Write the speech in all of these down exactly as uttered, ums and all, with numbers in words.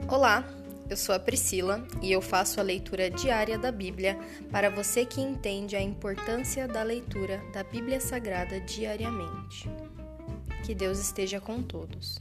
Olá, eu sou a Priscila e eu faço a leitura diária da Bíblia para você que entende a importância da leitura da Bíblia Sagrada diariamente. Que Deus esteja com todos.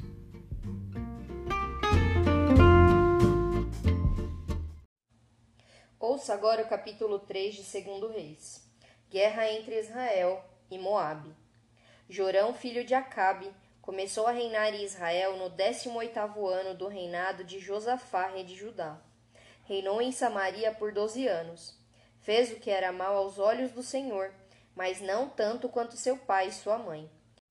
Ouça agora o capítulo três de Segundo Reis. Guerra entre Israel e Moabe. Jorão, filho de Acabe, começou a reinar em Israel no décimo oitavo ano do reinado de Josafá, rei de Judá. Reinou em Samaria por doze anos. Fez o que era mal aos olhos do Senhor, mas não tanto quanto seu pai e sua mãe.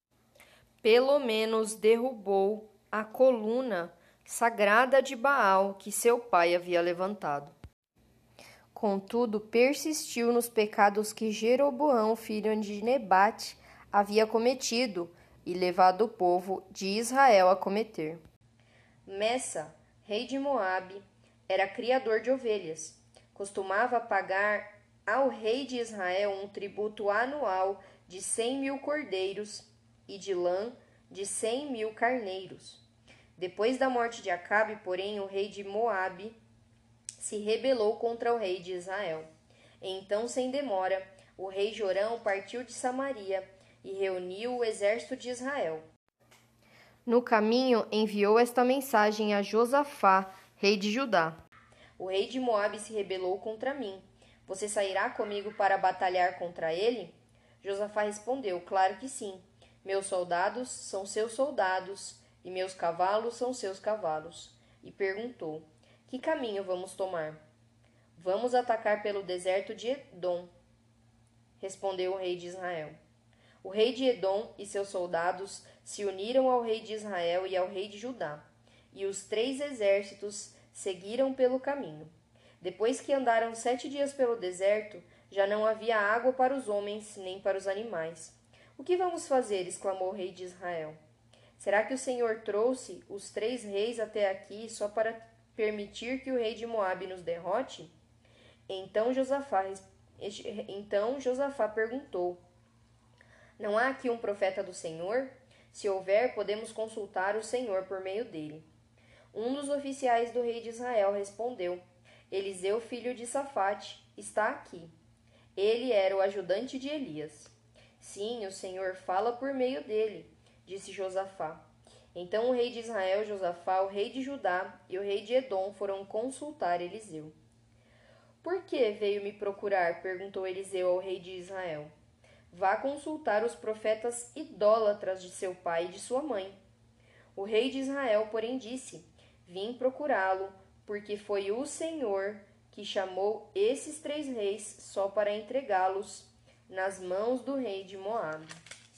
Pelo menos derrubou a coluna sagrada de Baal que seu pai havia levantado. Contudo, persistiu nos pecados que Jeroboão, filho de Nebate, havia cometido e levado o povo de Israel a cometer. Messa, rei de Moabe, era criador de ovelhas. Costumava pagar ao rei de Israel um tributo anual de cem mil cordeiros e de lã de cem mil carneiros. Depois da morte de Acabe, porém, o rei de Moabe se rebelou contra o rei de Israel. Então, sem demora, o rei Jorão partiu de Samaria e reuniu o exército de Israel. No caminho, enviou esta mensagem a Josafá, rei de Judá: O rei de Moabe se rebelou contra mim. Você sairá comigo para batalhar contra ele? Josafá respondeu: Claro que sim. Meus soldados são seus soldados e meus cavalos são seus cavalos. E perguntou: Que caminho vamos tomar? Vamos atacar pelo deserto de Edom, respondeu o rei de Israel. O rei de Edom e seus soldados se uniram ao rei de Israel e ao rei de Judá, e os três exércitos seguiram pelo caminho. Depois que andaram sete dias pelo deserto, já não havia água para os homens nem para os animais. O que vamos fazer? Exclamou o rei de Israel. Será que o Senhor trouxe os três reis até aqui só para permitir que o rei de Moabe nos derrote? Então Josafá, então Josafá perguntou: Não há aqui um profeta do Senhor? Se houver, podemos consultar o Senhor por meio dele. Um dos oficiais do rei de Israel respondeu: Eliseu, filho de Safate, está aqui. Ele era o ajudante de Elias. Sim, o Senhor fala por meio dele, disse Josafá. Então o rei de Israel, Josafá, o rei de Judá e o rei de Edom foram consultar Eliseu. Por que veio me procurar? Perguntou Eliseu ao rei de Israel. Vá consultar os profetas idólatras de seu pai e de sua mãe. O rei de Israel, porém, disse: Vim procurá-lo, porque foi o Senhor que chamou esses três reis só para entregá-los nas mãos do rei de Moabe.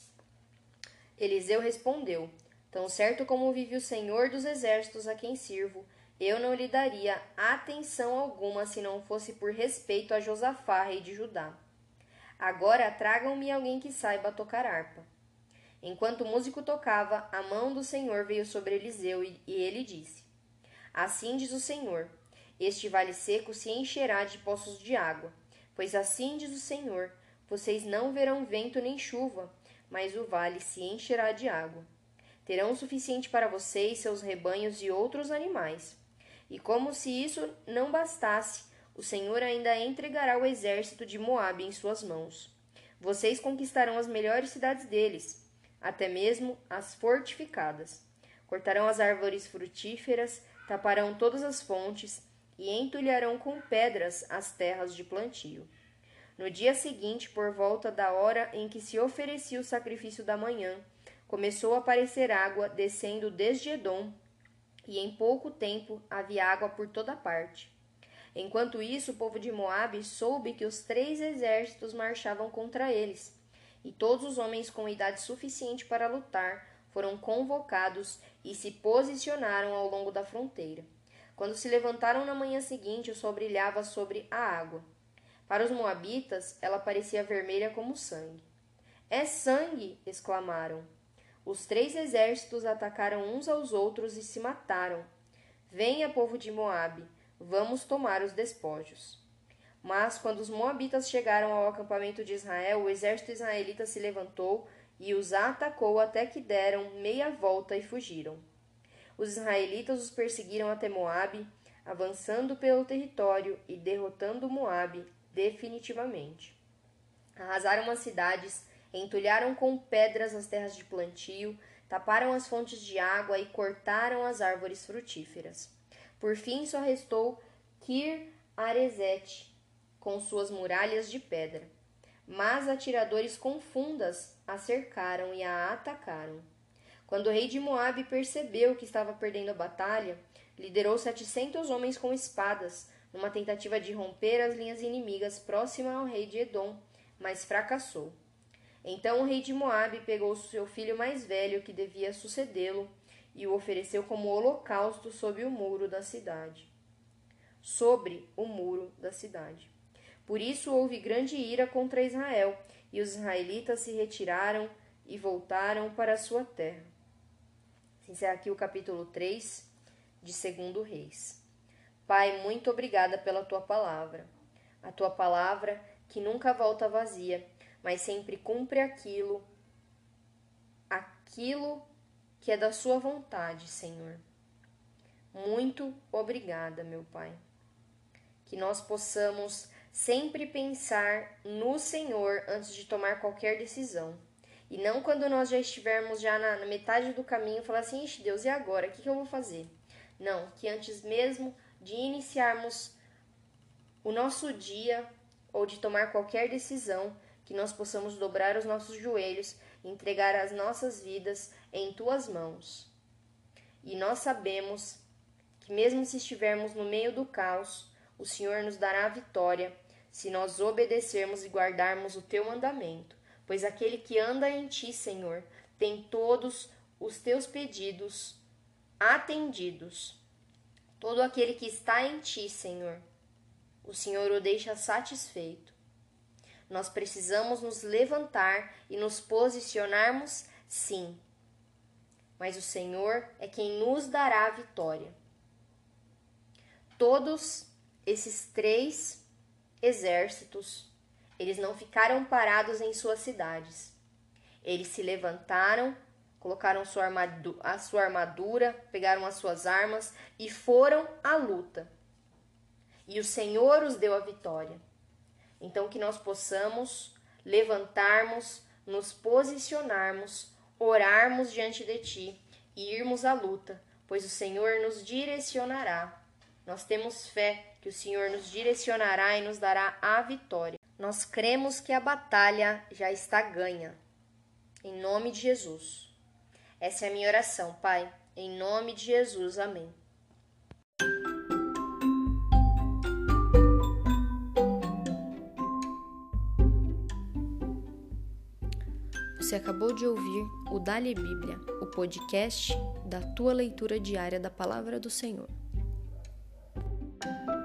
Eliseu respondeu: Tão certo como vive o Senhor dos exércitos a quem sirvo, eu não lhe daria atenção alguma se não fosse por respeito a Josafá, rei de Judá. Agora tragam-me alguém que saiba tocar harpa. Enquanto o músico tocava, a mão do Senhor veio sobre Eliseu e ele disse: Assim diz o Senhor: Este vale seco se encherá de poços de água. Pois assim diz o Senhor: Vocês não verão vento nem chuva, mas o vale se encherá de água. Terão o suficiente para vocês, seus rebanhos e outros animais. E como se isso não bastasse, o Senhor ainda entregará o exército de Moabe em suas mãos. Vocês conquistarão as melhores cidades deles, até mesmo as fortificadas. Cortarão as árvores frutíferas, taparão todas as fontes e entulharão com pedras as terras de plantio. No dia seguinte, por volta da hora em que se oferecia o sacrifício da manhã, começou a aparecer água descendo desde Edom, e em pouco tempo havia água por toda parte. Enquanto isso, o povo de Moabe soube que os três exércitos marchavam contra eles, e todos os homens com idade suficiente para lutar foram convocados e se posicionaram ao longo da fronteira. Quando se levantaram na manhã seguinte, o sol brilhava sobre a água. Para os moabitas, ela parecia vermelha como sangue. É sangue! Exclamaram. Os três exércitos atacaram uns aos outros e se mataram. Venha, povo de Moabe, vamos tomar os despojos. Mas, quando os moabitas chegaram ao acampamento de Israel, o exército israelita se levantou e os atacou até que deram meia volta e fugiram. os israelitas os perseguiram até Moabe, avançando pelo território e derrotando Moabe definitivamente. Arrasaram as cidades, entulharam com pedras as terras de plantio, taparam as fontes de água e cortaram as árvores frutíferas. Por fim, só restou Kir-Aresete, com suas muralhas de pedra. Mas atiradores com fundas a cercaram e a atacaram. Quando o rei de Moabe percebeu que estava perdendo a batalha, liderou setecentos homens com espadas, numa tentativa de romper as linhas inimigas próxima ao rei de Edom, mas fracassou. Então o rei de Moabe pegou seu filho mais velho, que devia sucedê-lo, e o ofereceu como holocausto sob o muro da cidade. Sobre o muro da cidade. Por isso houve grande ira contra Israel, e os israelitas se retiraram e voltaram para a sua terra. Encerra aqui o capítulo três de Segundo Reis. Pai, muito obrigada pela tua palavra. A tua palavra que nunca volta vazia, mas sempre cumpre aquilo, aquilo que é da sua vontade, Senhor. Muito obrigada, meu Pai. Que nós possamos sempre pensar no Senhor antes de tomar qualquer decisão. E não quando nós já estivermos já na, na metade do caminho, falar assim, ixi, Deus, e agora? O que, que eu vou fazer? Não, que antes mesmo de iniciarmos o nosso dia ou de tomar qualquer decisão, que nós possamos dobrar os nossos joelhos e entregar as nossas vidas em tuas mãos. E nós sabemos que mesmo se estivermos no meio do caos, o Senhor nos dará a vitória se nós obedecermos e guardarmos o teu mandamento. Pois aquele que anda em ti, Senhor, tem todos os teus pedidos atendidos. Todo aquele que está em ti, Senhor, o Senhor o deixa satisfeito. Nós precisamos nos levantar e nos posicionarmos, sim. Mas o Senhor é quem nos dará a vitória. Todos esses três exércitos, eles não ficaram parados em suas cidades. Eles se levantaram, colocaram sua armadura, a sua armadura, pegaram as suas armas e foram à luta. E o Senhor os deu a vitória. Então que nós possamos levantarmos, nos posicionarmos, orarmos diante de Ti e irmos à luta, pois o Senhor nos direcionará. Nós temos fé que o Senhor nos direcionará e nos dará a vitória. Nós cremos que a batalha já está ganha. Em nome de Jesus. Essa é a minha oração, Pai. Em nome de Jesus. Amém. Você acabou de ouvir o Dali Bíblia, o podcast da tua leitura diária da Palavra do Senhor.